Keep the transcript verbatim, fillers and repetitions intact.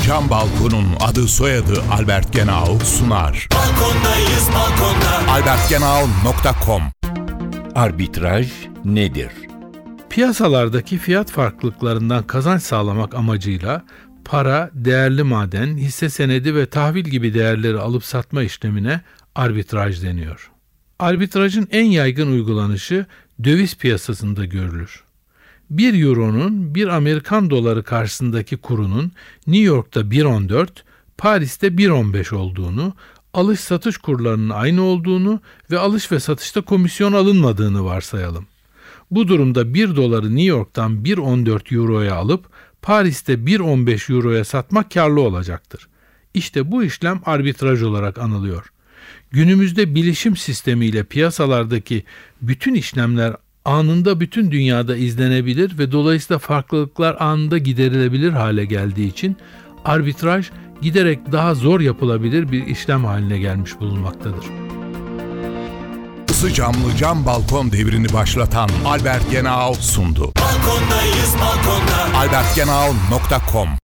Cam Balkon'un adı soyadı Albert Genau sunar. Balkondayız balkonda. albert genau nokta com Arbitraj nedir? Piyasalardaki fiyat farklılıklarından kazanç sağlamak amacıyla para, değerli maden, hisse senedi ve tahvil gibi değerleri alıp satma işlemine arbitraj deniyor. Arbitrajın en yaygın uygulanışı döviz piyasasında görülür. bir euronun bir Amerikan doları karşısındaki kurunun New York'ta bir virgül on dört, Paris'te bir virgül on beş olduğunu, alış-satış kurlarının aynı olduğunu ve alış ve satışta komisyon alınmadığını varsayalım. Bu durumda bir doları New York'tan bir virgül on dört euroya alıp Paris'te bir virgül on beş euroya satmak karlı olacaktır. İşte bu işlem arbitraj olarak anılıyor. Günümüzde bilişim sistemiyle piyasalardaki bütün işlemler anında bütün dünyada izlenebilir ve dolayısıyla farklılıklar anında giderilebilir hale geldiği için arbitraj giderek daha zor yapılabilir bir işlem haline gelmiş bulunmaktadır. Isı camlı cam balkon devrini başlatan Albert Genau sundu. Balkondayız balkonda. albert genau nokta com